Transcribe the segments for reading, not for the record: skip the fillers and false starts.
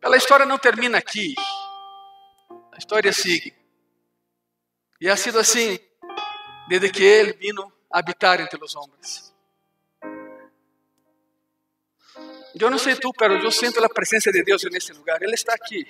A história não termina aqui. A história sigue. E ha sido assim desde que Ele vino a habitar entre os homens. Eu não sei tu, pero eu sinto a presença de Deus nesse lugar. Ele está aqui.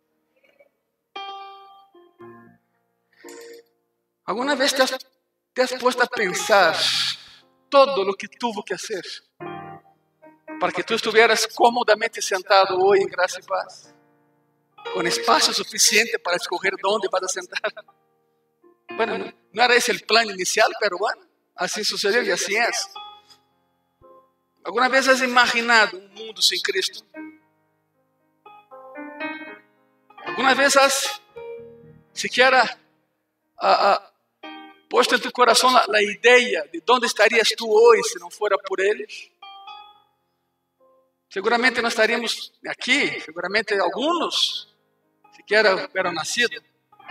Alguma vez te has puesto a pensar todo o que tuvo que hacer para que tu estuvieras cómodamente sentado hoy en gracia y paz, con espacio suficiente para escoger dónde vas a sentar? Bueno, no era ese el plan inicial, pero bueno, así sucedió y así es. ¿Alguna vez has imaginado un mundo sin Cristo? ¿Alguna vez has siquiera puesto en tu corazón la idea de dónde estarías tú hoy si no fuera por Él? Seguramente no estaríamos aquí, seguramente algunos siquiera hubieran nacido.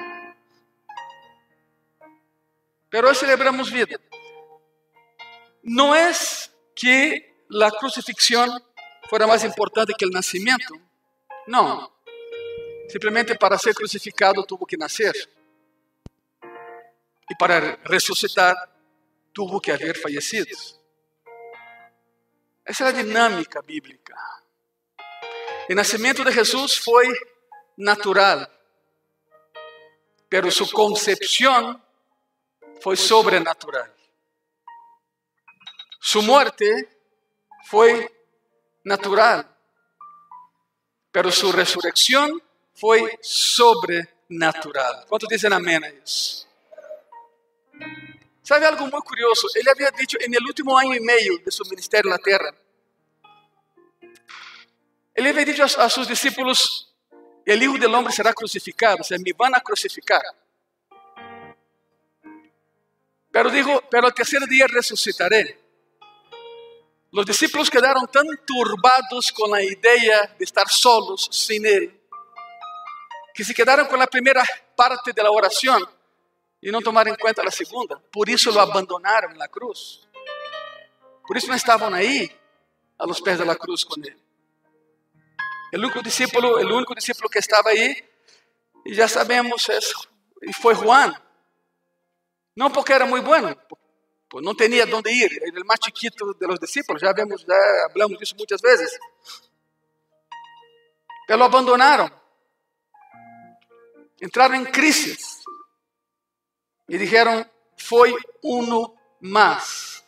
Pero hoy celebramos vida. No es que la crucifixión fuera más importante que el nacimiento. No. Simplemente para ser crucificado tuvo que nacer. Y para resucitar tuvo que haber fallecido. Esa es la dinámica bíblica. El nacimiento de Jesús fue natural, pero su concepción fue sobrenatural. Su muerte fue natural, pero su resurrección fue sobrenatural. ¿Cuántos dicen amén a eso? ¿Sabe algo muy curioso? Él había dicho en el último año y medio de su ministerio en la tierra, él había dicho a sus discípulos, el Hijo del Hombre será crucificado, o sea, me van a crucificar. Pero dijo, pero al tercer día resucitaré. Los discípulos quedaron tan turbados con la idea de estar solos sin Él, que se quedaron con la primera parte de la oración y no tomaron en cuenta la segunda. Por eso lo abandonaron en la cruz. Por eso no estaban ahí a los pies de la cruz con Él. El único discípulo que estaba ahí, y ya sabemos, fue Juan. No porque era muy bueno, pues no tenía dónde ir, era el más chiquito de los discípulos, ya hablamos de eso muchas veces. Pero lo abandonaron, entraron en crisis y dijeron, fue uno más.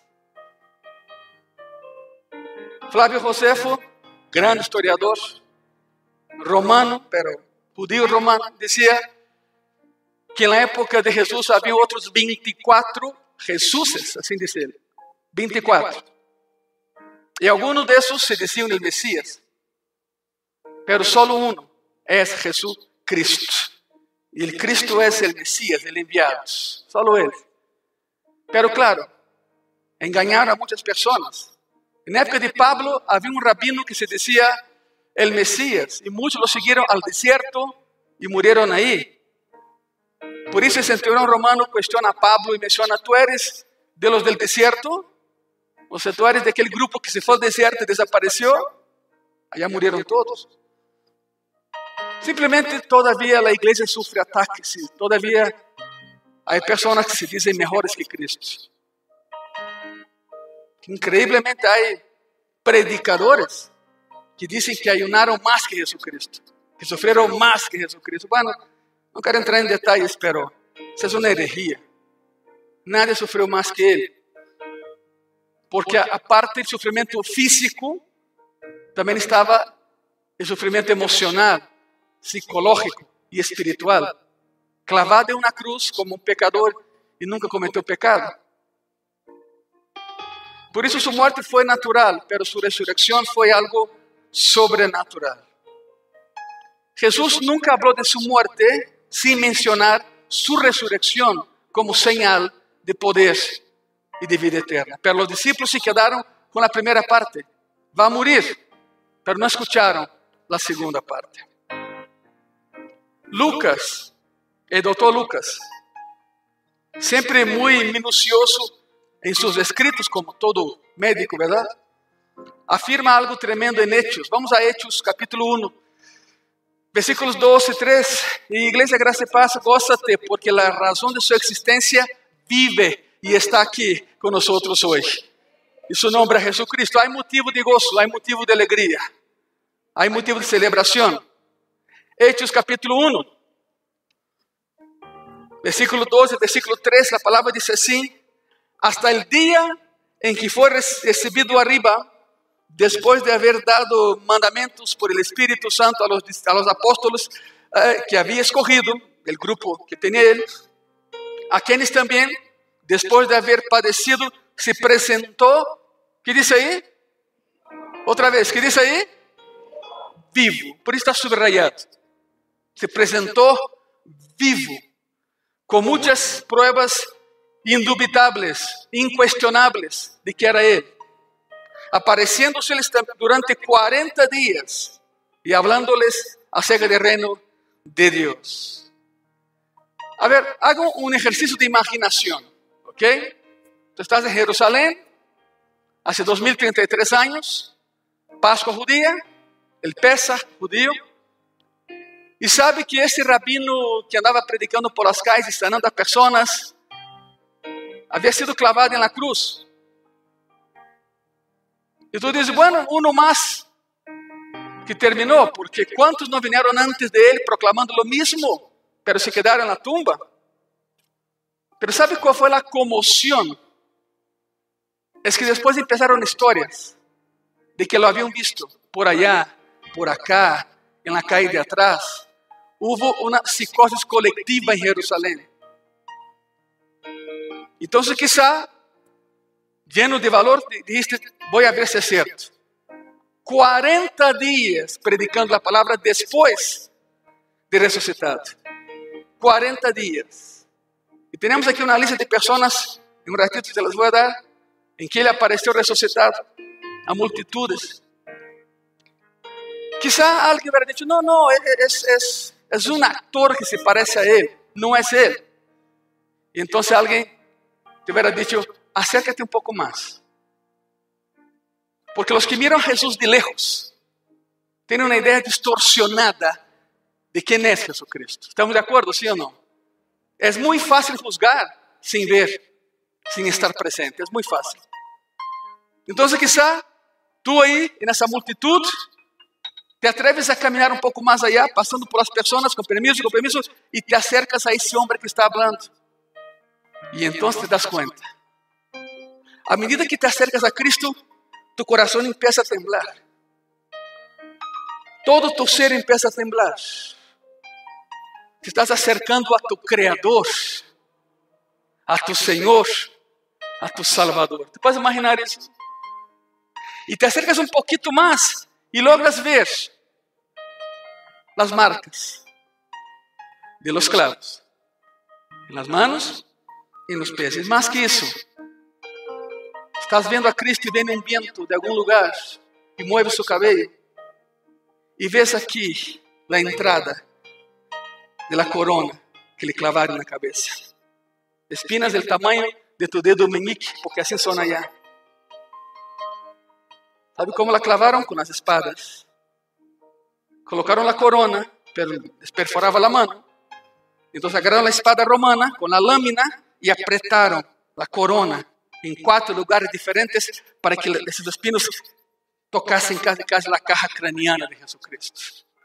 Flavio Josefo, gran historiador, romano, pero judío romano, decía que en la época de Jesús había otros 24 Jesuses, así dice él, 24. Y algunos de esos se decían el Mesías, pero solo uno es Jesucristo. Y el Cristo es el Mesías, el enviado, solo Él. Pero claro, engañaron a muchas personas. En la época de Pablo había un rabino que se decía el Mesías, y muchos lo siguieron al desierto y murieron ahí. Por eso el centurión romano cuestiona a Pablo y menciona, ¿tú eres de los del desierto? O sea, ¿tú eres de aquel grupo que se fue al desierto y desapareció? Allá murieron todos. Simplemente todavía la iglesia sufre ataques y todavía hay personas que se dicen mejores que Cristo. Increíblemente hay predicadores que dicen que ayunaron más que Jesucristo, que sufrieron más que Jesucristo. Bueno, no quiero entrar en detalles, pero esa es una herejía. Nadie sufrió más que Él. Porque aparte del sufrimiento físico, también estaba el sufrimiento emocional, psicológico y espiritual. Clavado en una cruz como un pecador y nunca cometió pecado. Por eso su muerte fue natural, pero su resurrección fue algo sobrenatural. Jesús nunca habló de su muerte sin mencionar su resurrección como señal de poder y de vida eterna. Pero los discípulos se quedaron con la primera parte. Va a morir, pero no escucharon la segunda parte. Lucas, el doctor Lucas, siempre muy minucioso en sus escritos, como todo médico, ¿verdad? Afirma algo tremendo en Hechos. Vamos a Hechos capítulo 1. Versículos 2 y 3. Iglesia, gracia y paz, gózate, porque la razón de su existencia vive y está aquí con nosotros hoy. Y su nombre es Jesucristo. Hay motivo de gozo, hay motivo de alegría, hay motivo de celebración. Hechos capítulo 1, versículo 2 y versículo 3, la palabra dice así: hasta el día en que fue recibido arriba, después de haber dado mandamientos por el Espíritu Santo a los apóstoles que había escogido, el grupo que tenía él, a quienes también, después de haber padecido, se presentó. ¿Qué dice ahí? Otra vez, ¿qué dice ahí? Vivo. Por eso está subrayado. Se presentó vivo, con muchas pruebas indubitables, incuestionables de que era Él, apareciéndoseles durante 40 días y hablándoles acerca del reino de Dios. A ver, hago un ejercicio de imaginación, ¿ok? Tú estás en Jerusalén, hace 2033 años, Pascua judía, el Pesaj judío, y sabe que ese rabino que andaba predicando por las calles, sanando a personas, había sido clavado en la cruz. Y tú dices, bueno, uno más que terminó, porque ¿cuántos no vinieron antes de él proclamando lo mismo, pero se quedaron en la tumba? Pero ¿sabe cuál fue la conmoción? Es que después empezaron historias de que lo habían visto por allá, por acá, en la calle de atrás. Hubo una psicosis colectiva en Jerusalén. Entonces quizá, lleno de valor, dijiste, voy a ver si es cierto. 40 días predicando la palabra después de resucitado. 40 días. Y tenemos aquí una lista de personas, en un ratito se las voy a dar, en que Él apareció resucitado a multitudes. Quizá alguien hubiera dicho, no, es un actor que se parece a Él, no es Él. Y entonces alguien te hubiera dicho, acércate un poco más. Porque los que miran a Jesús de lejos tienen una idea distorsionada de quién es Jesucristo. ¿Estamos de acuerdo, sí o no? Es muy fácil juzgar sin ver, sin estar presente. Es muy fácil. Entonces quizá tú ahí, en esa multitud, te atreves a caminar un poco más allá, pasando por las personas con permiso, y te acercas a ese hombre que está hablando. Y entonces te das cuenta. A medida que te acercas a Cristo, tu corazón empieza a temblar. Todo tu ser empieza a temblar. Te estás acercando a tu Creador, a tu Señor, a tu Salvador. ¿Te puedes imaginar eso? Y te acercas un poquito más y logras ver las marcas de los clavos en las manos y en los pies. Es más que eso. Estás viendo a Cristo y viene un viento de algún lugar y mueve su cabello. Y ves aquí la entrada de la corona que le clavaron en la cabeza. Espinas del tamaño de tu dedo meñique, porque así son allá. ¿Sabe cómo la clavaron? Con las espadas. Colocaron la corona, pero les perforaba la mano. Entonces agarraron la espada romana con la lámina y apretaron la corona en 4 lugares diferentes para que esos espinos tocasen casi la caja craneana de Jesucristo.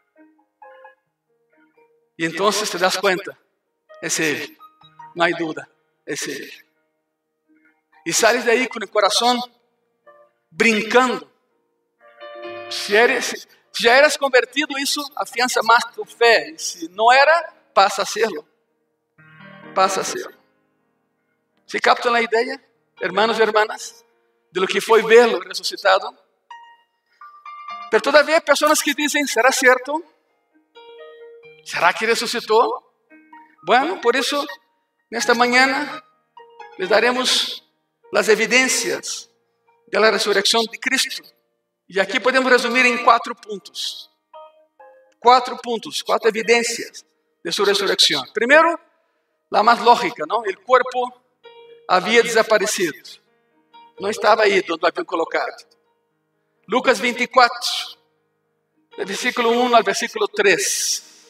Y entonces te das cuenta, es Él, no hay duda, es Él. Y sales de ahí con el corazón brincando. Si ya eras convertido, eso afianza más tu fe. Y si no era, pasa a serlo. Pasa a serlo. ¿Se captan la idea, hermanos y hermanas, de lo que fue verlo resucitado? Pero todavía hay personas que dicen, ¿será cierto? ¿Será que resucitó? Bueno, por eso, en esta mañana, les daremos las evidencias de la resurrección de Cristo. Y aquí podemos resumir en 4 puntos. 4 puntos, 4 evidencias de su resurrección. Primero, la más lógica, ¿no? El cuerpo había desaparecido. No estaba ahí donde lo habían colocado. Lucas 24. del versículo 1 al versículo 3.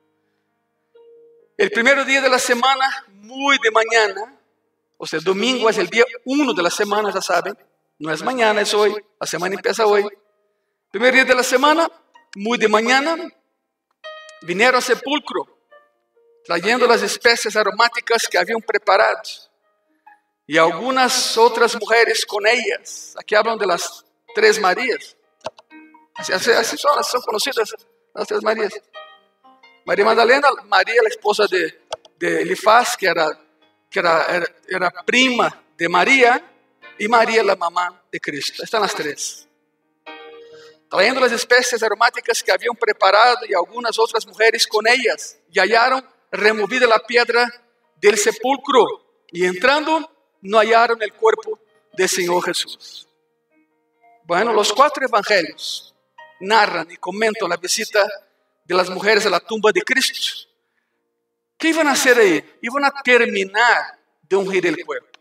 El primer día de la semana, muy de mañana, o sea, domingo es el día 1 de la semana, ya saben, no es mañana, es hoy, la semana empieza hoy. Primer día de la semana, muy de mañana, vinieron al sepulcro, trayendo las especies aromáticas que habían preparado, y algunas otras mujeres con ellas. Aquí hablan de las tres Marías. Así son conocidas las tres Marías. María Magdalena, María, la esposa de Elifaz, que era prima de María, y María, la mamá de Cristo. Están las tres. Trayendo las especies aromáticas que habían preparado, y algunas otras mujeres con ellas, y hallaron removida la piedra del sepulcro, y entrando no hallaron el cuerpo del Señor Jesús. Bueno, los 4 evangelios narran y comentan la visita de las mujeres a la tumba de Cristo. ¿Qué iban a hacer ahí? Iban a terminar de ungir el cuerpo.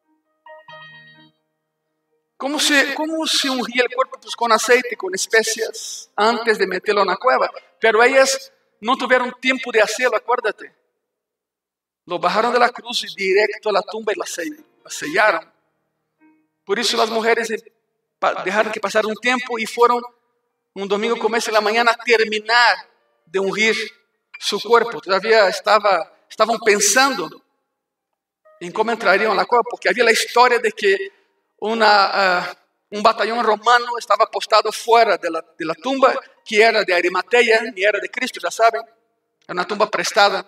¿Cómo se ungía el cuerpo? Pues con aceite, con especias, antes de meterlo en la cueva. Pero ellas no tuvieron tiempo de hacerlo, acuérdate. Lo bajaron de la cruz y directo a la tumba y la sellaron. Por eso las mujeres dejaron que pasara un tiempo y fueron un domingo comienzo de la mañana a terminar de ungir su cuerpo. Todavía estaban pensando en cómo entrarían a la cueva, porque había la historia de que un batallón romano estaba apostado fuera de la tumba, que era de Arimatea, ni era de Cristo, ya saben. Era una tumba prestada.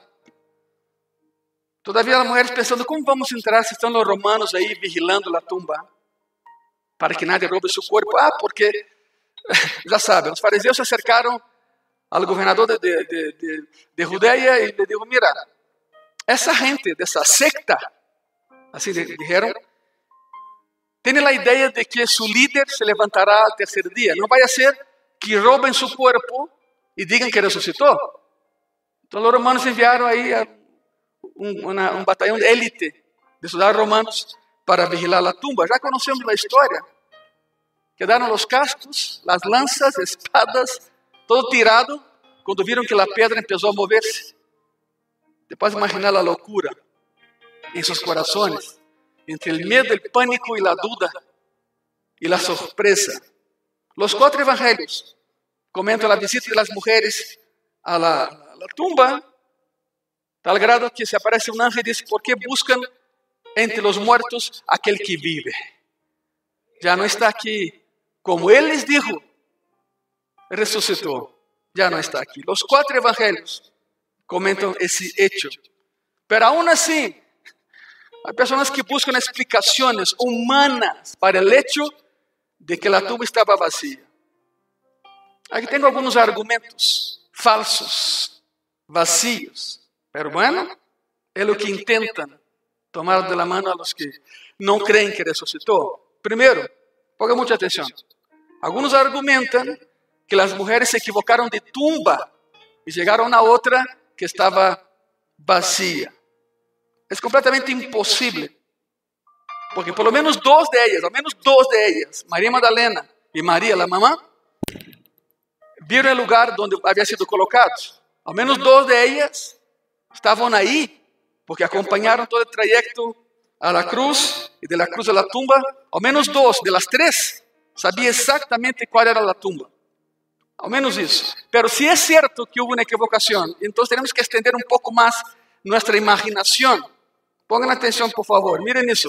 Todavía las mujeres pensando, ¿cómo vamos a entrar si están los romanos ahí vigilando la tumba? Para que nadie robe su cuerpo. Porque, ya saben, los fariseos se acercaron al gobernador de Judea y le dijo, mira, esa gente de esa secta, así dijeron, tiene la idea de que su líder se levantará al tercer día. No vaya a ser que roben su cuerpo y digan que resucitó. Entonces los romanos enviaron ahí a un batallón de élite de soldados romanos para vigilar la tumba. Ya conocemos la historia. Quedaron los cascos, las lanzas, espadas, todo tirado cuando vieron que la piedra empezó a moverse. Te puedes imaginar la locura en sus corazones, entre el miedo, el pánico y la duda y la sorpresa. Los 4 evangelios comentan la visita de las mujeres a la tumba, tal grado que se aparece un ángel y dice, ¿por qué buscan entre los muertos aquel que vive? Ya no está aquí. Como Él les dijo, resucitó. Ya no está aquí. Los 4 evangelios comentan ese hecho. Pero aún así, hay personas que buscan explicaciones humanas para el hecho de que la tumba estaba vacía. Aquí tengo algunos argumentos falsos, vacíos. Pero bueno, es lo que intentan tomar de la mano a los que no creen que resucitó. Primero, pongan mucha atención. Algunos argumentan que las mujeres se equivocaron de tumba y llegaron a otra que estaba vacía. Es completamente imposible, porque por lo menos 2 de ellas, María Magdalena y María, la mamá, vieron el lugar donde había sido colocado. Al menos 2 de ellas estaban ahí, porque acompañaron todo el trayecto a la cruz y de la cruz a la tumba. Al menos 2 de las 3 sabían exactamente cuál era la tumba. Al menos eso. Pero si es cierto que hubo una equivocación, entonces tenemos que extender un poco más nuestra imaginación. Pongan atención, por favor. Miren eso.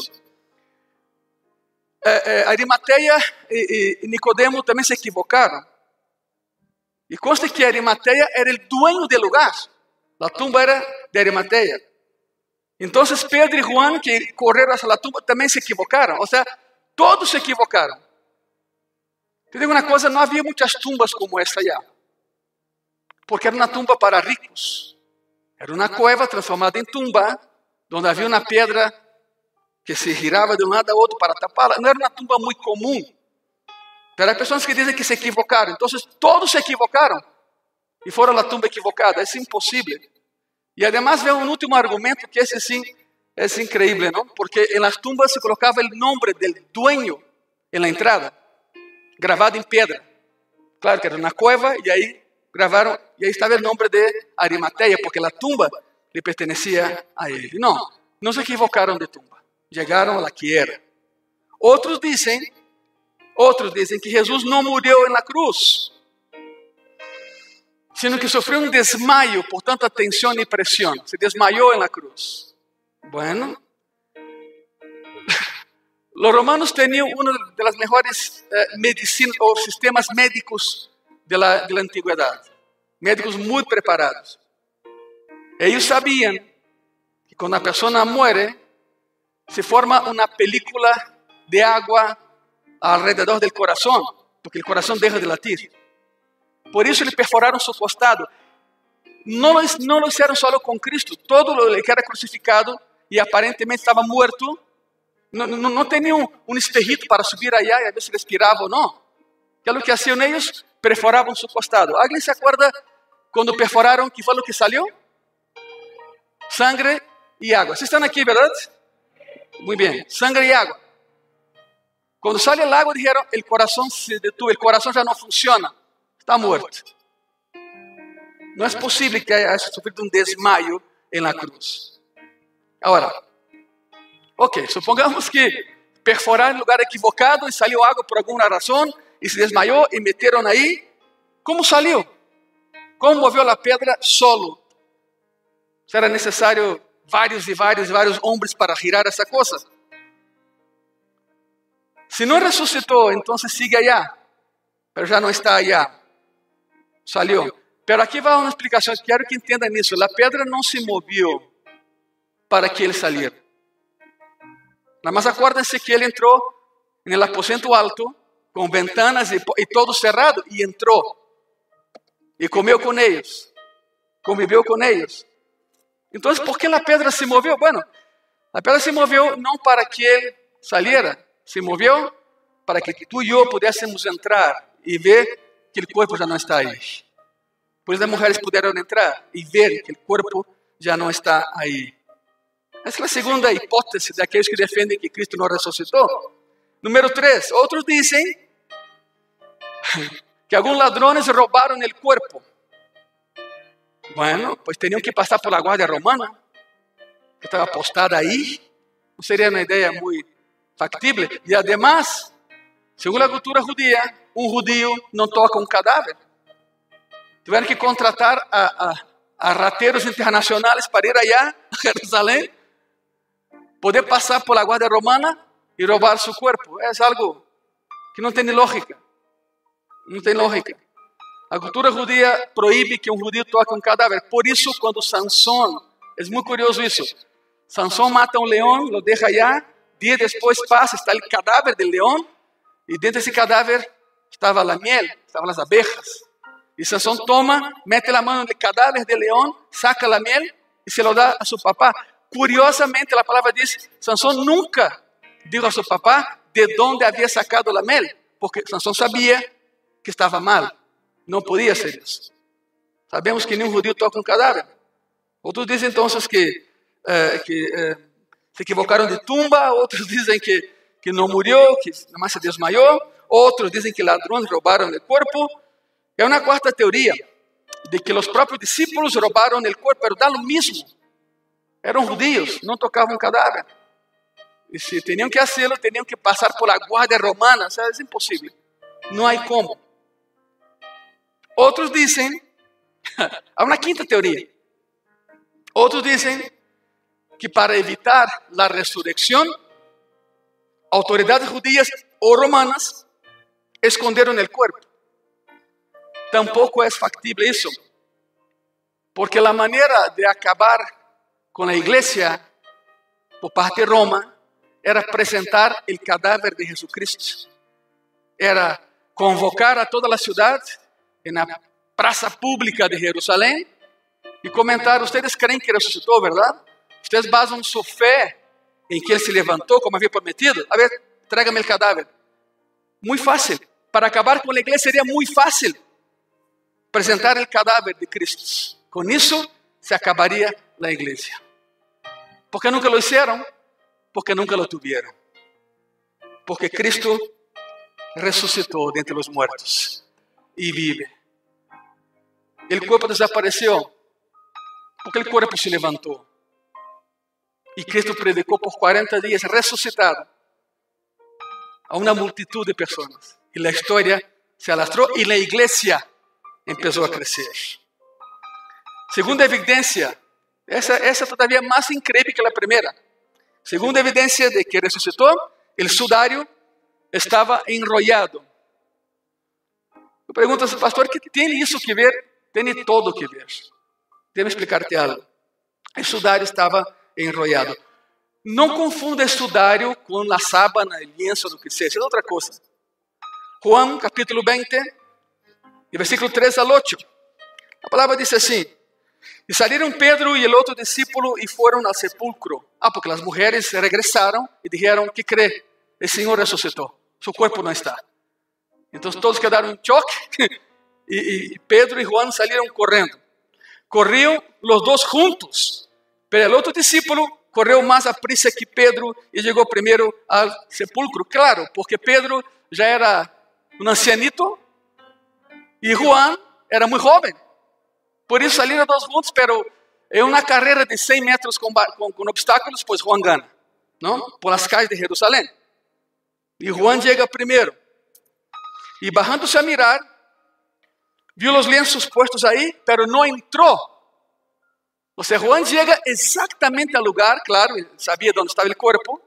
Arimatea y Nicodemo también se equivocaron. Y consta que Arimatea era el dueño del lugar. La tumba era de Arimatea. Entonces Pedro y Juan, que corrieron hacia la tumba, también se equivocaron. O sea, todos se equivocaron. Te digo una cosa, no había muchas tumbas como esta ya. Porque era una tumba para ricos. Era una cueva transformada en tumba, donde había una piedra que se giraba de un lado a otro para taparla. No era una tumba muy común. Pero hay personas que dicen que se equivocaron. Entonces todos se equivocaron y fueron a la tumba equivocada. Es imposible. Y además veo un último argumento que ese sí es increíble, ¿no? Porque en las tumbas se colocaba el nombre del dueño en la entrada, grabado en piedra. Claro que era una cueva y ahí grabaron, y ahí estaba el nombre de Arimatea, porque la tumba le pertenecía a él. No se equivocaron de tumba, llegaron a la que era. Otros dicen que Jesús no murió en la cruz, sino que sufrió un desmayo por tanta tensión y presión. Se desmayó en la cruz. Bueno, los romanos tenían uno de los mejores medicinas o sistemas médicos de la antigüedad. Médicos muy preparados. Ellos sabían que cuando una persona muere, se forma una película de agua alrededor del corazón, porque el corazón deja de latir. Por eso le perforaron su costado. No lo hicieron solo con Cristo. Todo lo que era crucificado y aparentemente estaba muerto, no tenía un espejito para subir allá y a ver si respiraba o no. ¿Qué es lo que hacían ellos? Perforaban su costado. ¿Alguien se acuerda cuando perforaron qué fue lo que salió? Sangre y agua. ¿Sí están aquí, verdad? Muy bien, sangre y agua. Cuando sale el agua dijeron, el corazón se detuvo, el corazón ya no funciona, está muerto. No es posible que haya sufrido un desmayo en la cruz. Ahora, supongamos que perforaron en el lugar equivocado y salió agua por alguna razón y se desmayó y metieron ahí. ¿Cómo salió? ¿Cómo movió la piedra solo? ¿Será necesario varios hombres para girar esa cosa? Si no resucitó, entonces sigue allá, pero ya no está allá. Salió. Pero aquí va una explicación, quiero que entiendan eso. La piedra no se movió para que él saliera. Nada más acuérdense que él entró en el aposento alto, con ventanas y todo cerrado, y entró. Y comió con ellos, convivió con ellos. Entonces, ¿por qué la piedra se movió? Bueno, la piedra se movió no para que él saliera, se movió para que tú y yo pudiésemos entrar y ver que el cuerpo ya no está ahí. Pues las mujeres pudieron entrar y ver que el cuerpo ya no está ahí. Esa es la segunda hipótesis de aquellos que defienden que Cristo no resucitó. Número 3, otros dicen que algunos ladrones robaron el cuerpo. Bueno, pues tenían que pasar por la guardia romana, que estaba postada ahí. No sería una idea muy factible. Y además, según la cultura judía, un judío no toca un cadáver. Tuvieron que contratar a rateros internacionales para ir allá a Jerusalén, poder pasar por la guardia romana y robar su cuerpo. Es algo que no tiene lógica. No tiene lógica. La cultura judía prohíbe que un judío toque un cadáver. Por eso cuando Sansón, es muy curioso eso, Sansón mata a un león, lo deja allá, días después pasa, está el cadáver del león, y dentro de ese cadáver estaba la miel, estaban las abejas. Y Sansón toma, mete la mano en el cadáver del león, saca la miel y se lo da a su papá. Curiosamente la palabra dice, Sansón nunca dijo a su papá de dónde había sacado la miel, porque Sansón sabía que estaba mal. No podía ser eso. Sabemos que ni un judío toca un cadáver. Otros dicen entonces que se equivocaron de tumba. Otros dicen que no murió, que nada más se desmayó. Otros dicen que ladrones robaron el cuerpo. Hay una cuarta teoría de que los propios discípulos robaron el cuerpo, pero da lo mismo. Eran judíos, no tocaban cadáver. Y si tenían que hacerlo, tenían que pasar por la guardia romana. O sea, es imposible. No hay cómo. Otros dicen, hay una quinta teoría. Otros dicen que para evitar la resurrección, autoridades judías o romanas escondieron el cuerpo. Tampoco es factible eso, porque la manera de acabar con la iglesia por parte de Roma era presentar el cadáver de Jesucristo. Era convocar a toda la ciudad en la plaza pública de Jerusalén y comentar, ustedes creen que resucitó, ¿verdad? Ustedes basan su fe en que Él se levantó como había prometido. A ver, tráigame el cadáver. Muy fácil. Para acabar con la iglesia sería muy fácil presentar el cadáver de Cristo. Con eso se acabaría la iglesia. ¿Por qué nunca lo hicieron? Porque nunca lo tuvieron. Porque Cristo resucitó de entre los muertos. y vive. El cuerpo desapareció porque el cuerpo se levantó. Y Cristo predicó por 40 días resucitado a una multitud de personas. Y la historia se alastró y la iglesia empezó a crecer. Segunda evidencia, esa todavía más increíble que la primera. Segunda evidencia de que resucitó, el sudario estaba enrollado. Me preguntas, pastor, ¿qué tiene eso que ver? Tiene todo que ver. Déjame explicarte algo. El sudario estaba enrollado. No confunda el sudario con la sábana, el lienzo, lo que sea. Es otra cosa. Juan, capítulo 20, y versículo 3 al 8. La palabra dice así. Y salieron Pedro y el otro discípulo y fueron al sepulcro. Porque las mujeres regresaron y dijeron, ¿qué cree? El Señor resucitó. Su cuerpo no está. Entonces todos quedaron en shock. Y Pedro y Juan salieron corriendo. Corrieron los dos juntos. Pero el otro discípulo corrió más a prisa que Pedro y llegó primero al sepulcro. Claro, porque Pedro ya era un ancianito y Juan era muy joven. Por eso salieron dos juntos, pero en una carrera de 100 metros con obstáculos, pues Juan gana, ¿no? Por las calles de Jerusalén. Y Juan llega primero. Y bajándose a mirar, vio los lienzos puestos ahí, pero no entró. O sea, Juan llega exactamente al lugar, claro, sabía dónde estaba el cuerpo,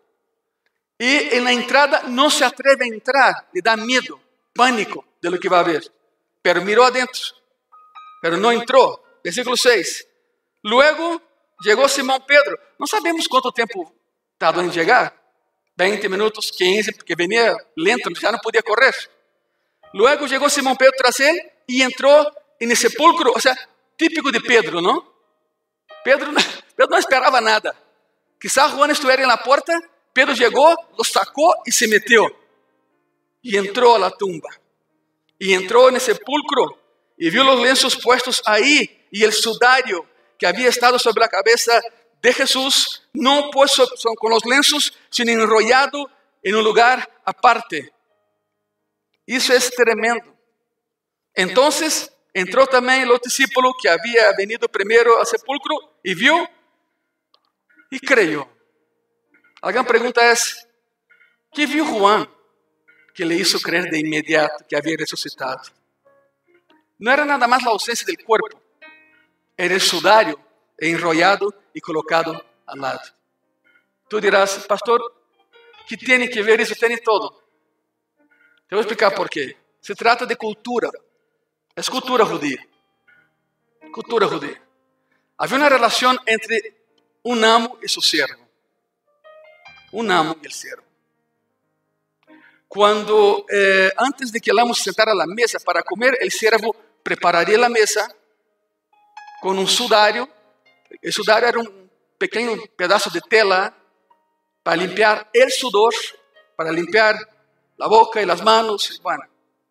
y en la entrada no se atreve a entrar, le da miedo, pánico de lo que va a ver. Pero miró adentro, pero no entró. Versículo 6. Luego llegó Simón Pedro. No sabemos cuánto tiempo tardó en llegar. 20 minutos, 15, porque venía lento, ya no podía correr. Luego llegó Simón Pedro tras él y entró en el sepulcro. O sea, típico de Pedro, ¿no? Pedro no esperaba nada. Quizás Juan estuviera en la puerta, Pedro llegó, lo sacó y se metió. Y entró a la tumba. Y entró en el sepulcro y vio los lienzos puestos ahí y el sudario que había estado sobre la cabeza de Jesús, no puesto con los lienzos, sino enrollado en un lugar aparte. Eso es tremendo. Entonces entró también el otro discípulo que había venido primero al sepulcro y vio y creyó. La gran pregunta es, ¿qué vio Juan que le hizo creer de inmediato que había resucitado? No era nada más la ausencia del cuerpo, era el sudario enrollado y colocado al lado. Tú dirás, pastor, ¿qué tiene que ver eso? Tiene todo. Te voy a explicar por qué. Se trata de cultura. Es cultura judía. Cultura judía. Había una relación entre un amo y su siervo. Un amo y el siervo. Cuando antes de que el amo se sentara a la mesa para comer, el siervo prepararía la mesa con un sudario. El sudario era un pequeño pedazo de tela para limpiar el sudor, para limpiar la boca y las manos. Bueno,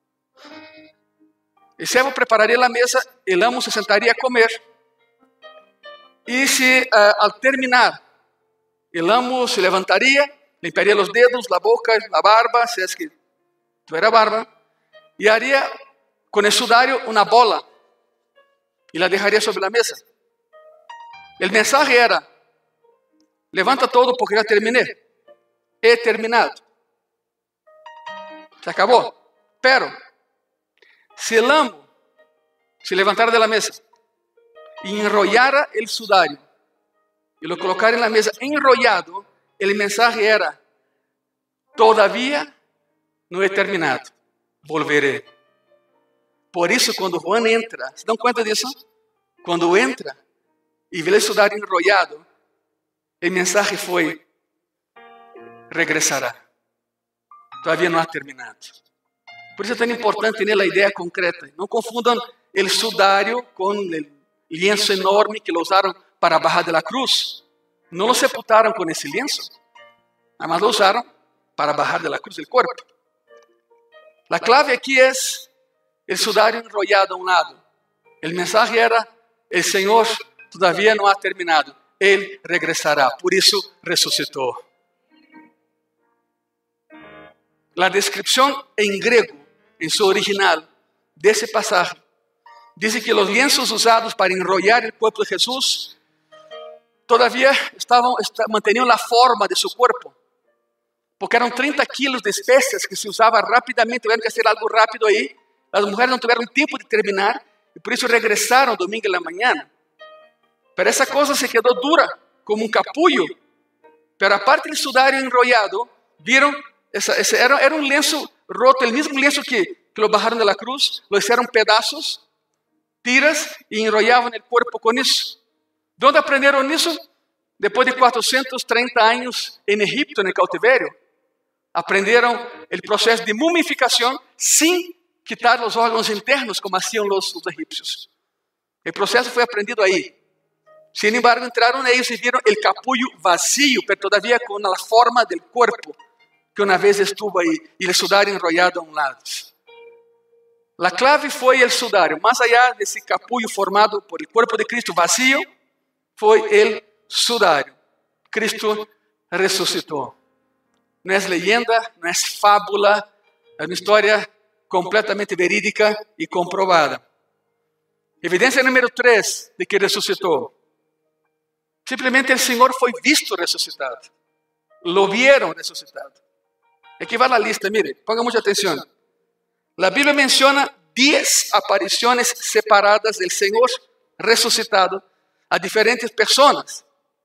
el siervo prepararía la mesa, el amo se sentaría a comer y si al terminar el amo se levantaría, limpiaría los dedos, la boca, la barba, si es que tuviera barba, y haría con el sudario una bola y la dejaría sobre la mesa. El mensaje era, levanta todo porque ya terminé. He terminado. Se acabó. Pero, si el amo se levantara de la mesa y enrollara el sudario y lo colocara en la mesa enrollado, el mensaje era, todavía no he terminado, volveré. Por eso cuando Juan entra, ¿se dan cuenta de eso? Cuando entra y ve el sudario enrollado, el mensaje fue, regresará. Todavía no ha terminado. Por eso es tan importante tener la idea concreta. No confundan el sudario con el lienzo enorme que lo usaron para bajar de la cruz. No lo sepultaron con ese lienzo. Nada más lo usaron para bajar de la cruz del cuerpo. La clave aquí es el sudario enrollado a un lado. El mensaje era, el Señor todavía no ha terminado. Él regresará. Por eso resucitó. La descripción en griego, en su original, de ese pasaje, dice que los lienzos usados para enrollar el cuerpo de Jesús todavía mantenían la forma de su cuerpo, porque eran 30 kilos de especias que se usaban rápidamente, tuvieron que hacer algo rápido ahí. Las mujeres no tuvieron tiempo de terminar y por eso regresaron domingo en la mañana. Pero esa cosa se quedó dura, como un capullo. Pero aparte del sudario enrollado, vieron, era un lienzo roto, el mismo lienzo que lo bajaron de la cruz, lo hicieron pedazos, tiras y enrollaban el cuerpo con eso. ¿Dónde aprendieron eso? Después de 430 años en Egipto, en el cautiverio. Aprendieron el proceso de mumificación sin quitar los órganos internos como hacían los egipcios. El proceso fue aprendido ahí. Sin embargo, entraron ellos y vieron el capullo vacío, pero todavía con la forma del cuerpo que una vez estuvo ahí y el sudario enrollado a un lado. La clave fue el sudario. Más allá de ese capullo formado por el cuerpo de Cristo vacío, fue el sudario. Cristo resucitó. No es leyenda, no es fábula, es una historia completamente verídica y comprobada. Evidencia número 3 de que resucitó. Simplemente el Señor fue visto resucitado. Lo vieron resucitado. Aquí va la lista, mire, ponga mucha atención. La Biblia menciona 10 apariciones separadas del Señor resucitado a diferentes personas.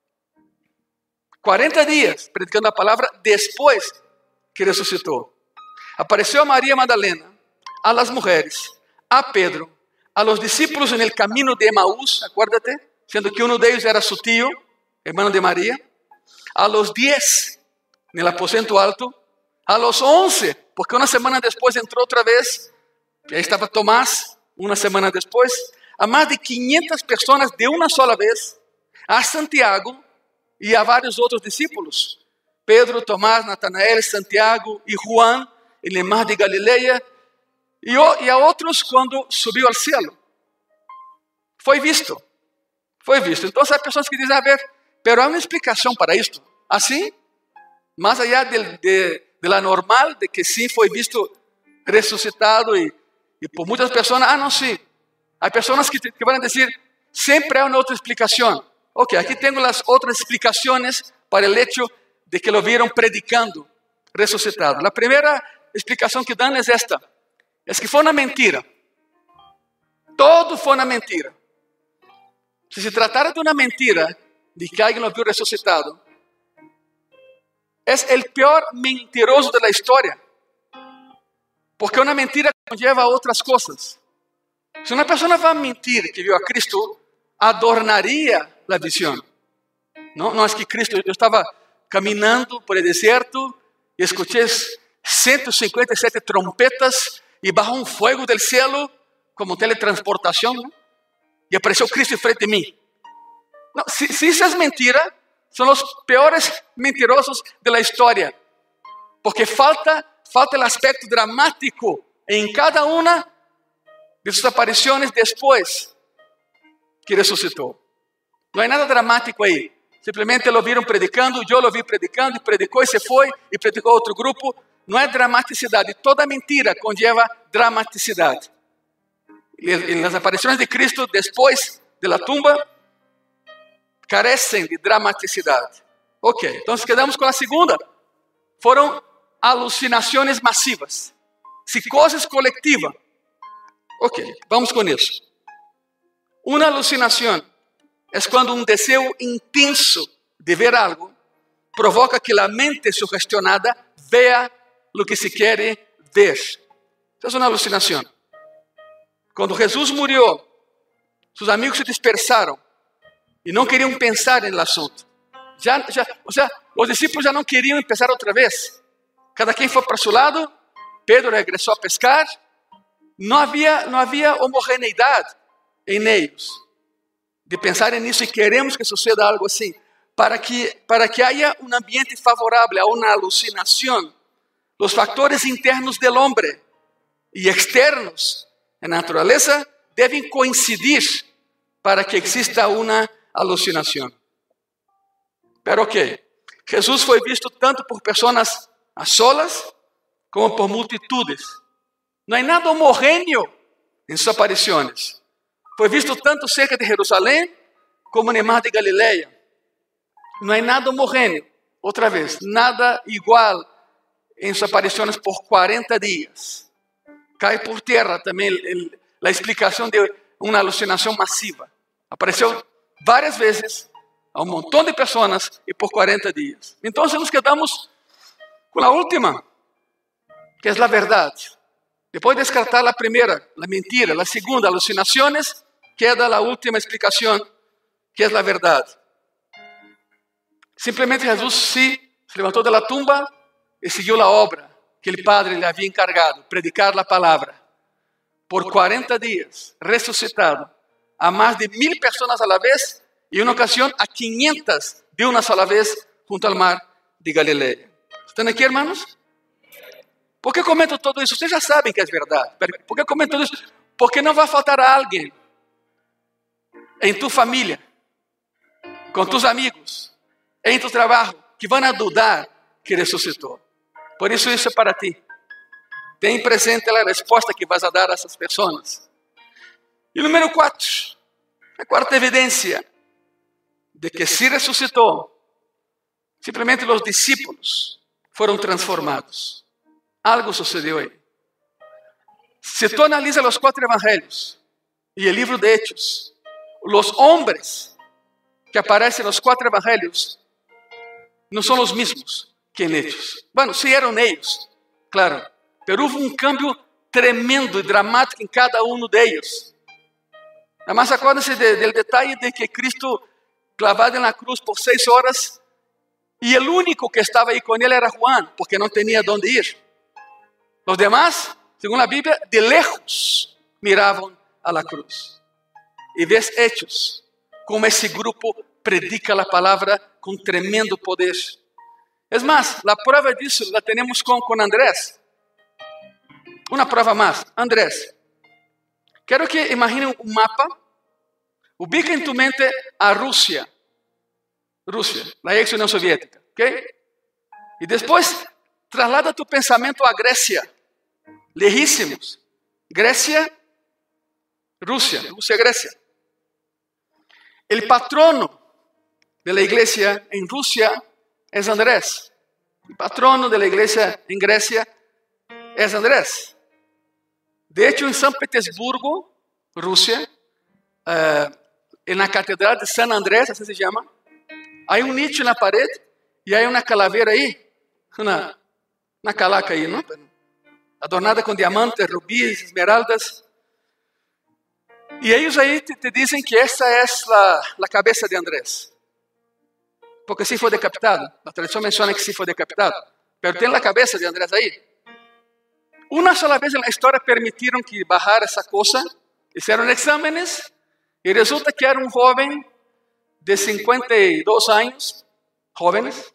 40 días predicando la palabra después que resucitó. Apareció a María Magdalena, a las mujeres, a Pedro, a los discípulos en el camino de Emaús, acuérdate, siendo que uno de ellos era su tío, hermano de María, a los 10 en el aposento alto, a los 11, porque una semana después entró otra vez, y ahí estaba Tomás, una semana después, a más de 500 personas de una sola vez, a Santiago y a varios otros discípulos, Pedro, Tomás, Natanael, Santiago y Juan, en el mar de Galilea, y a otros cuando subió al cielo. Fue visto. Entonces hay personas que dicen, a ver, pero hay una explicación para esto. ¿Así? Más allá de la normal, de que sí fue visto resucitado y por muchas personas, no, sí. Hay personas que van a decir, siempre hay una otra explicación. Ok, aquí tengo las otras explicaciones para el hecho de que lo vieron predicando resucitado. La primera explicación que dan es esta. Es que fue una mentira. Todo fue una mentira. Si se tratara de una mentira, de que alguien lo vio resucitado, es el peor mentiroso de la historia. Porque una mentira conlleva otras cosas. Si una persona va a mentir que vio a Cristo, adornaría la visión. No es que Cristo, yo estaba caminando por el desierto y escuché 157 trompetas y bajó un fuego del cielo como teletransportación, ¿no? Y apareció Cristo enfrente de mí. No, si eso es mentira, son los peores mentirosos de la historia. Porque falta el aspecto dramático en cada una de sus apariciones después que resucitó. No hay nada dramático ahí. Simplemente lo vieron predicando, yo lo vi predicando, y predicó y se fue, y predicó a otro grupo. No hay dramaticidad, y toda mentira conlleva dramaticidad. Y las apariciones de Cristo después de la tumba carecen de dramaticidad. Ok, entonces quedamos con la segunda. Fueron alucinaciones masivas, psicosis colectiva. Ok, vamos con eso. Una alucinación es cuando un deseo intenso de ver algo provoca que la mente sugestionada vea lo que se quiere ver. Esa es una alucinación. Cuando Jesús murió, sus amigos se dispersaron y no querían pensar en el asunto. Los discípulos ya no querían empezar otra vez. Cada quien fue para su lado. Pedro regresó a pescar. No había homogeneidad en ellos de pensar en eso y queremos que suceda algo así. Para que haya un ambiente favorable a una alucinación, los factores internos del hombre y externos en la naturaleza deben coincidir para que exista una alucinación. Pero Jesús fue visto tanto por personas a solas como por multitudes. No hay nada homogéneo en sus apariciones. Fue visto tanto cerca de Jerusalén como en el mar de Galilea. No hay nada homogéneo, otra vez, nada igual en sus apariciones por 40 días. Cae por tierra también la explicación de una alucinación masiva. Apareció varias veces a un montón de personas y por 40 días. Entonces nos quedamos con la última, que es la verdad. Después de descartar la primera, la mentira, la segunda, alucinaciones, queda la última explicación, que es la verdad. Simplemente Jesús sí se levantó de la tumba y siguió la obra que el Padre le había encargado, predicar la palabra. Por 40 días, resucitado, a más de 1000 personas a la vez, y en una ocasión a 500 de una sola vez junto al mar de Galilea. ¿Están aquí, hermanos? ¿Por qué comento todo eso? Ustedes ya saben que es verdad. ¿Por qué comento todo eso? Porque no va a faltar a alguien en tu familia, con tus amigos, en tu trabajo, que van a dudar que resucitó. Por eso es para ti. Ten presente la respuesta que vas a dar a esas personas. Y número 4, la cuarta evidencia de que sí resucitó, simplemente los discípulos fueron transformados. Algo sucedió ahí. Si tú analizas los 4 evangelios y el libro de Hechos, los hombres que aparecen en los 4 evangelios no son los mismos que en Hechos. Bueno, sí eran ellos, claro, pero hubo un cambio tremendo y dramático en cada uno de ellos. Nada más acuérdense del detalle de que Cristo clavado en la cruz por 6 horas y el único que estaba ahí con él era Juan, porque no tenía dónde ir. Los demás, según la Biblia, de lejos miraban a la cruz. Y ves Hechos, como ese grupo predica la palabra con tremendo poder. Es más, la prueba de eso la tenemos con Andrés. Una prueba más. Andrés, quiero que imaginen un mapa. Ubica en tu mente a Rusia, la ex Unión Soviética, ¿ok? Y después traslada tu pensamiento a Grecia, lejísimos. Grecia, Rusia, Grecia. El patrono de la iglesia en Rusia es Andrés. El patrono de la iglesia en Grecia es Andrés. De hecho, en San Petersburgo, Rusia, en la catedral de San Andrés, así se llama, hay un nicho en la pared y hay una calavera ahí, una calaca ahí, ¿no? Adornada con diamantes, rubíes, esmeraldas. Y ellos ahí te dicen que esa es la cabeza de Andrés. Porque sí fue decapitado. La tradición menciona que sí fue decapitado. Pero tiene la cabeza de Andrés ahí. Una sola vez en la historia permitieron que bajara esa cosa. Hicieron exámenes. Y resulta que era un joven de 52 años. Jóvenes.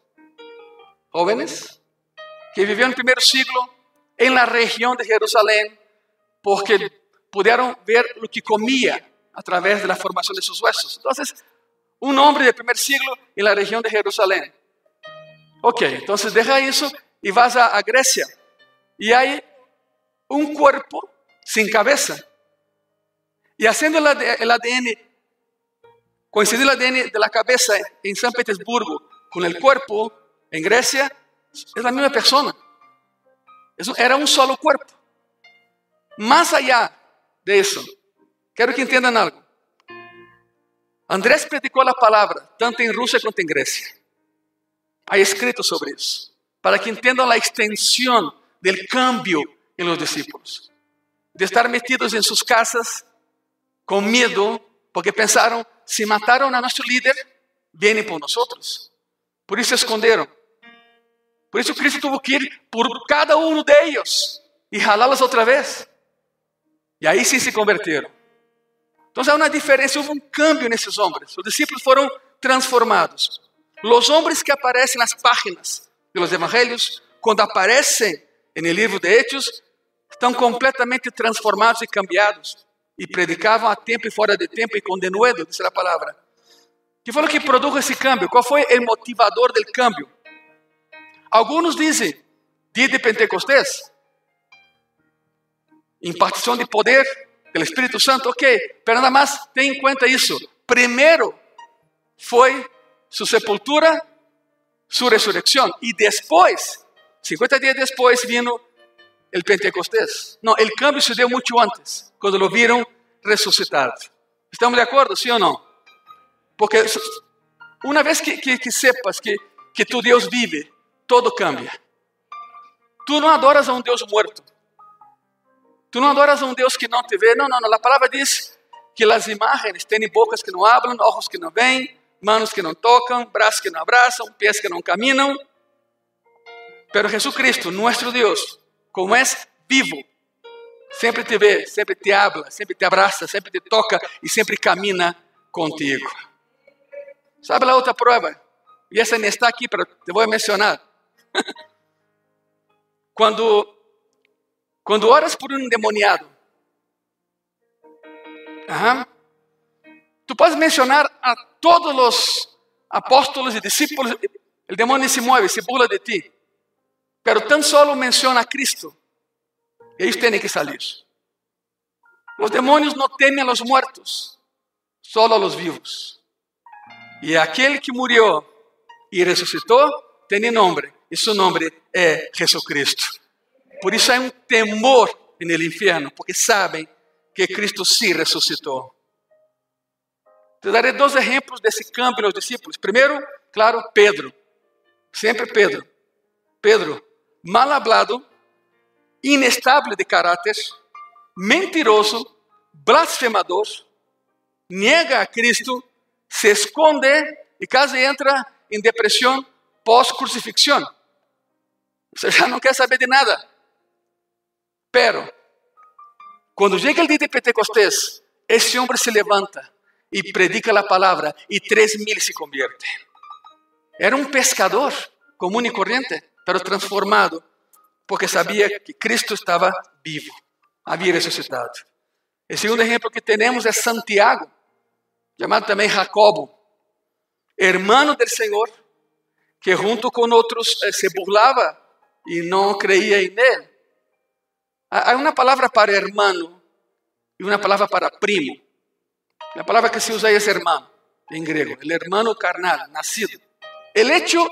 Que vivió en el primer siglo en la región de Jerusalén. Porque pudieron ver lo que comía a través de la formación de sus huesos. Entonces, un hombre del primer siglo en la región de Jerusalén. Ok, entonces deja eso y vas a Grecia. Y hay un cuerpo sin cabeza. Y haciendo el ADN, coincidir el ADN de la cabeza en San Petersburgo con el cuerpo en Grecia, es la misma persona. Era un solo cuerpo. Más allá de eso, quiero que entiendan algo. Andrés predicó la palabra tanto en Rusia como en Grecia. Hay escrito sobre eso, para que entiendan la extensión del cambio en los discípulos. De estar metidos en sus casas con miedo, porque pensaron, si mataron a nuestro líder, vienen por nosotros. Por eso se escondieron. Por eso Cristo tuvo que ir por cada uno de ellos y jalarlos otra vez. Y ahí sí se convirtieron. Entonces hay una diferencia, hubo un cambio en esos hombres. Los discípulos fueron transformados. Los hombres que aparecen en las páginas de los evangelios, cuando aparecen en el libro de Hechos, están completamente transformados y cambiados. Y predicaban a tiempo y fuera de tiempo y con denuedo, dice la palabra. ¿Qué fue lo que produjo ese cambio? ¿Cuál fue el motivador del cambio? Algunos dicen, día de Pentecostés, impartición de poder del Espíritu Santo, ok, pero nada más ten en cuenta eso. Primero fue su sepultura, su resurrección, y después, 50 días después, vino el Pentecostés. No, el cambio se dio mucho antes, cuando lo vieron resucitado. ¿Estamos de acuerdo, sí o no? Porque una vez que sepas que tu Dios vive, todo cambia. Tú no adoras a un Dios muerto. Tú no adoras a un Dios que no te ve. No. La palabra dice que las imágenes tienen bocas que no hablan, ojos que no ven, manos que no tocan, brazos que no abrazan, pies que no caminan. Pero Jesucristo, nuestro Dios, como es vivo, siempre te ve, siempre te habla, siempre te abraza, siempre te toca y siempre camina contigo. ¿Sabe la otra prueba? Y esa ni está aquí, pero te voy a mencionar. Cuando oras por un endemoniado, tú puedes mencionar a todos los apóstoles y discípulos, el demonio se mueve, se burla de ti, pero tan solo menciona a Cristo y ellos tienen que salir. Los demonios no temen a los muertos, solo a los vivos. Y aquel que murió y resucitó tiene nombre, y su nombre es Jesucristo. Por eso hay un temor en el infierno, porque saben que Cristo sí resucitó. Te daré dos ejemplos de ese cambio en los discípulos. Primero, claro, Pedro. Siempre Pedro. Pedro, mal hablado, inestable de carácter, mentiroso, blasfemador, niega a Cristo, se esconde y casi entra en depresión post-crucifixión. O sea, ya no quer saber de nada. Pero, cuando llega el día de Pentecostés, ese hombre se levanta y predica la palabra y 3,000 se convierten. Era un pescador común y corriente, pero transformado, porque sabía que Cristo estaba vivo, había resucitado. El segundo ejemplo que tenemos es Santiago, llamado también Jacobo, hermano del Señor, que junto con otros se burlaba y no creía en él. Hay una palabra para hermano y una palabra para primo. La palabra que se usa es hermano, en griego, el hermano carnal, nacido. El hecho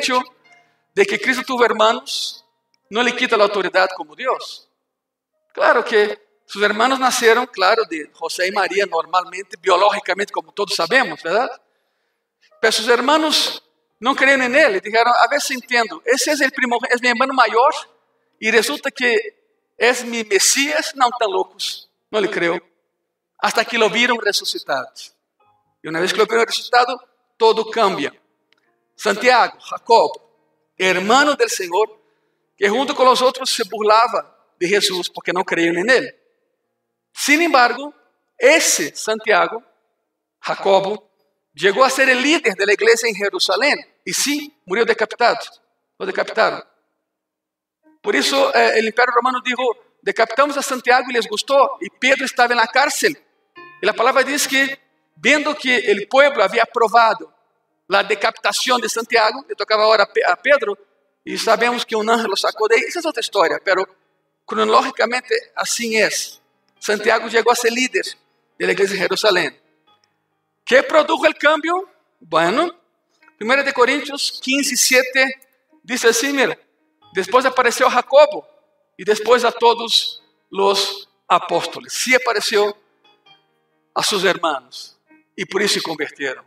de que Cristo tuvo hermanos no le quita la autoridad como Dios. Claro que sus hermanos nacieron, claro, de José y María normalmente, biológicamente, como todos sabemos, ¿verdad? Pero sus hermanos no creían en él y dijeron, a ver si entiendo, ese es es mi hermano mayor y resulta que es mi Mesías. No, tan locos, no le creo. Hasta que lo vieron resucitado. Y una vez que lo vieron resucitado, todo cambia. Santiago, Jacob, hermano del Señor, que junto con los otros se burlaba de Jesús porque no creían en él. Sin embargo, ese Santiago, Jacobo, llegó a ser el líder de la iglesia en Jerusalén. Y sí, murió decapitado. Lo decapitaron. Por eso el Imperio Romano dijo, decapitamos a Santiago y les gustó. Y Pedro estaba en la cárcel. Y la palabra dice que, viendo que el pueblo había aprobado la decapitación de Santiago, le tocaba ahora a Pedro, y sabemos que un ángel lo sacó de ahí. Esa es otra historia, pero cronológicamente así es. Santiago llegó a ser líder de la iglesia de Jerusalén. ¿Qué produjo el cambio? Bueno, 1 Corintios 15:7 dice así, mira, después apareció Jacobo y después a todos los apóstoles. Sí apareció a sus hermanos y por eso se convirtieron.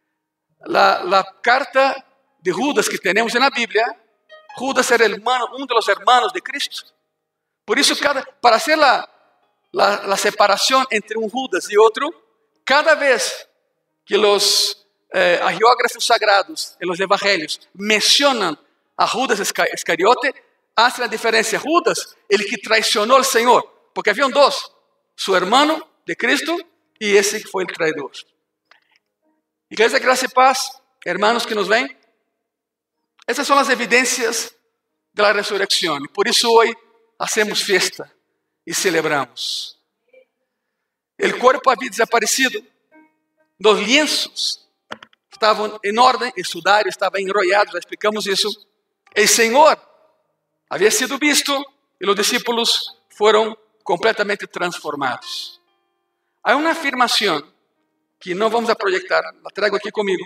La carta de Judas que tenemos en la Biblia, Judas era uno de los hermanos de Cristo. Por eso para hacer la separación entre un Judas y otro, cada vez que los agiógrafos sagrados en los evangelios mencionan a Judas Iscariote, hace la diferencia. Judas, el que traicionó al Señor, porque habían dos, su hermano de Cristo y ese que fue el traidor. Iglesia Gracia y Paz, hermanos que nos ven, esas son las evidencias de la resurrección. Y por eso hoy hacemos fiesta y celebramos. El cuerpo había desaparecido, los lienzos estaban en orden, el sudario estaba enrollado, ya explicamos eso. El Señor había sido visto y los discípulos fueron completamente transformados. Hay una afirmación que no vamos a proyectar, la traigo aquí conmigo.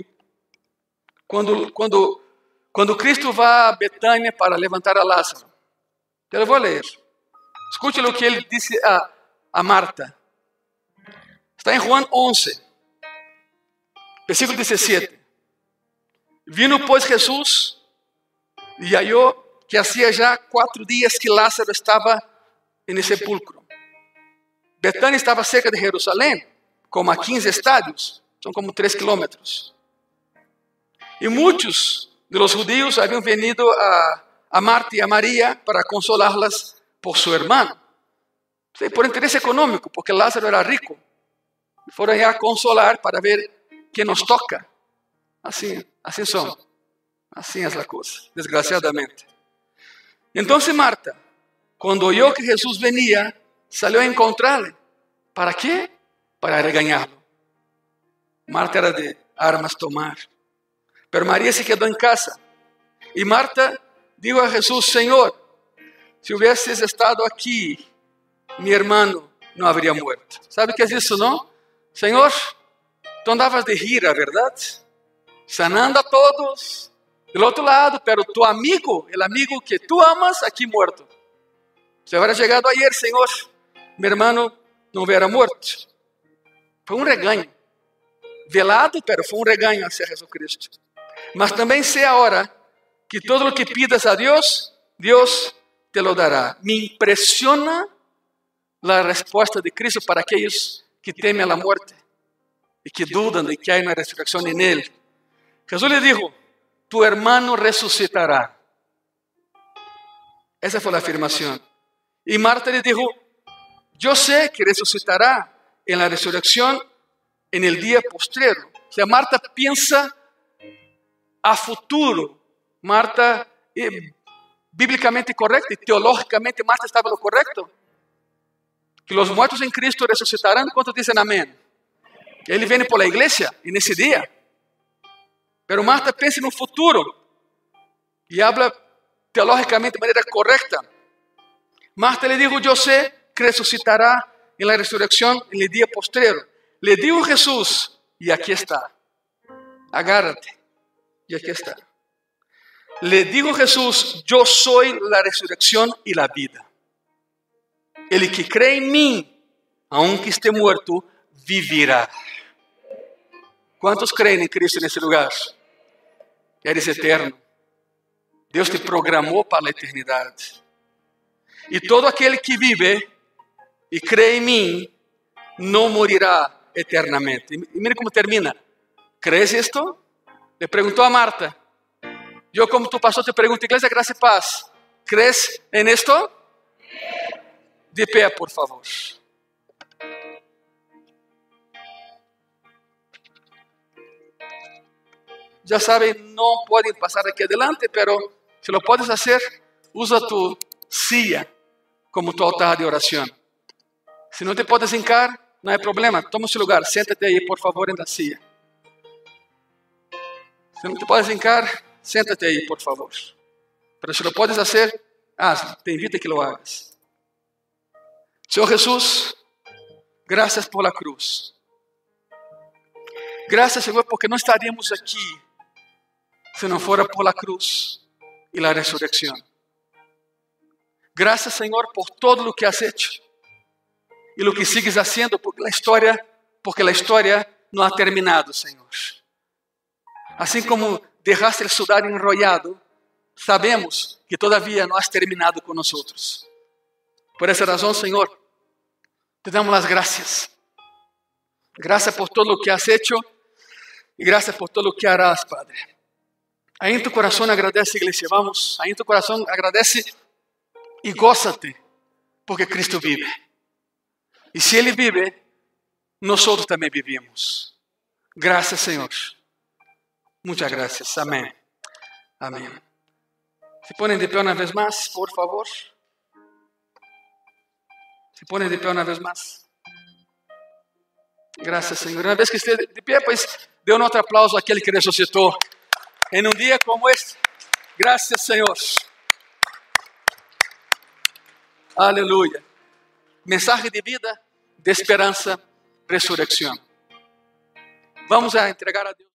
Cuando Cristo va a Betania para levantar a Lázaro, te lo voy a leer. Escuche lo que él dice a Marta. Está en Juan 11, versículo 17. Vino pues Jesús y halló que hacía ya 4 días que Lázaro estaba en el sepulcro. Betania estaba cerca de Jerusalén, como a 15 estadios, son como 3 kilómetros. Y muchos de los judíos habían venido a Marta y a María para consolarlas por su hermano. Sí, por interés económico, porque Lázaro era rico. Fueron a consolar para ver qué nos toca. Así son. Así es la cosa, desgraciadamente. Entonces Marta, cuando oyó que Jesús venía, salió a encontrarle. ¿Para qué? Para regañarlo. Marta era de armas tomar. Pero María se quedó en casa. Y Marta dijo a Jesús: Señor, si hubieses estado aquí, mi hermano no habría muerto. ¿Sabe qué es eso, no? Señor, tú andabas de gira, ¿verdad? Sanando a todos del otro lado, pero tu amigo, el amigo que tú amas, aquí muerto. Si hubiera llegado ayer, Señor, mi hermano no hubiera muerto. Fue un regaño. Velado, pero fue un regaño hacia Jesucristo. Mas también sé ahora que todo lo que pidas a Dios, Dios te lo dará. Me impresiona la respuesta de Cristo para aquellos que temen a la muerte y que dudan de que hay una resurrección en Él. Jesús le dijo: tu hermano resucitará. Esa fue la afirmación. Y Marta le dijo: yo sé que resucitará en la resurrección en el día postrero. O sea, Marta piensa a futuro. Marta, bíblicamente correcta y teológicamente Marta estaba en lo correcto. Que los muertos en Cristo resucitarán. ¿Cuántos dicen amén? Él viene por la iglesia en ese día. Pero Marta piensa en un futuro y habla teológicamente de manera correcta. Marta le dijo: yo sé que resucitará en la resurrección en el día postrero. Le dijo Jesús, y aquí está, agárrate, y aquí está. Le dijo Jesús: yo soy la resurrección y la vida. El que cree en mí, aunque esté muerto, vivirá. ¿Cuántos creen en Cristo en ese lugar? Eres eterno. Dios te programó para la eternidad. Y todo aquel que vive y cree en mí, no morirá eternamente. Y mire cómo termina. ¿Crees esto? Le preguntó a Marta. Yo, como tu pastor, te pregunto: Iglesia Gracia y Paz, ¿crees en esto? De pie, por favor. Ya saben, no pueden pasar aquí adelante, pero si lo puedes hacer, usa tu silla como tu altar de oración. Si no te puedes hincar, no hay problema. Toma su lugar, siéntate ahí, por favor, en la silla. Si no te puedes hincar, siéntate ahí, por favor. Pero si lo puedes hacer, hazlo. Te invito a que lo hagas. Señor Jesús, gracias por la cruz. Gracias, Señor, porque no estaríamos aquí si no fuera por la cruz y la resurrección. Gracias, Señor, por todo lo que has hecho y lo que sigues haciendo, porque la historia no ha terminado, Señor. Así como dejaste el sudario enrollado, sabemos que todavía no has terminado con nosotros. Por esa razón, Señor, te damos las gracias. Gracias por todo lo que has hecho y gracias por todo lo que harás, Padre. Ahí en tu corazón agradece, iglesia, vamos. Ahí en tu corazón agradece y gózate, porque Cristo vive. Y si Él vive, nosotros también vivimos. Gracias, Señor. Muchas gracias. Amén. Amén. Se ponen de pie una vez más, por favor. Se ponen de pie una vez más. Gracias, Señor. Una vez que esté de pie, pues dé un otro aplauso a aquel que resucitó en un día como este. Gracias, Señor. Aleluya. Mensaje de vida, de esperanza resurrección. Vamos a entregar a Dios.